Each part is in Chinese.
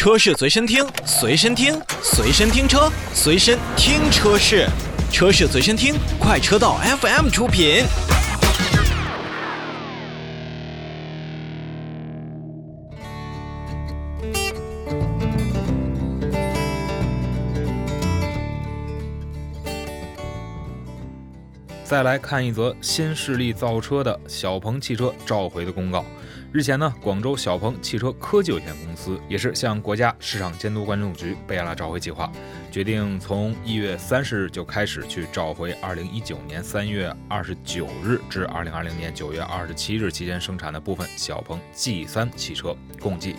车是随身听，随身听，随身听车，随身听车是，车是随身听，快车道 FM 出品。 再来看一则新势力造车的小鹏汽车召回的公告。日前呢，广州小鹏汽车科技有限公司也是向国家市场监督管理总局备案了召回计划，决定从1月30日就开始去召回2019年3月29日至2020年9月27日期间生产的部分小鹏 G3 汽车，共计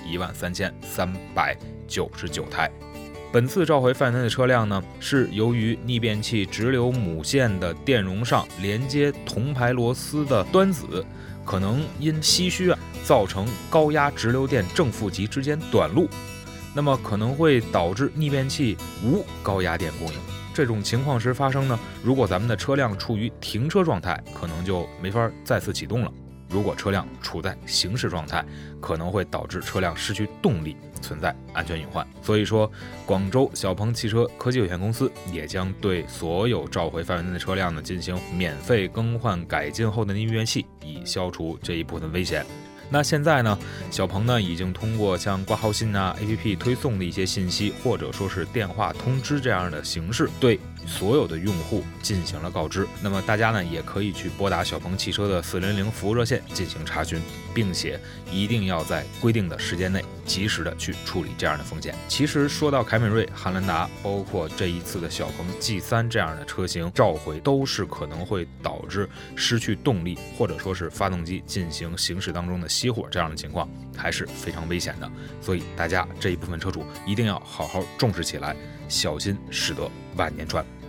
13399台。本次召回范围内的车辆呢，是由于逆变器直流母线的电容上连接铜牌螺丝的端子可能因稀虚造成高压直流电正负极之间短路，那么可能会导致逆变器无高压电供应。这种情况时发生呢，如果咱们的车辆处于停车状态，可能就没法再次启动了。如果车辆处在行驶状态，可能会导致车辆失去动力，存在安全隐患。所以说，广州小鹏汽车科技有限公司也将对所有召回范围内的车辆呢进行免费更换改进后的逆变器，以消除这一部分危险。那现在呢，小鹏呢已经通过像挂号信APP 推送的一些信息，或者说是电话通知这样的形式，对所有的用户进行了告知。那么大家呢也可以去拨打小鹏汽车的400服务热线进行查询，并且一定要在规定的时间内及时的去处理这样的风险。其实说到凯美瑞、汉兰达，包括这一次的小鹏 G3 这样的车型召回，都是可能会导致失去动力，或者说是发动机进行行驶当中的熄火这样的情况，还是非常危险的。所以大家这一部分车主一定要好好重视起来，小心驶得万年船。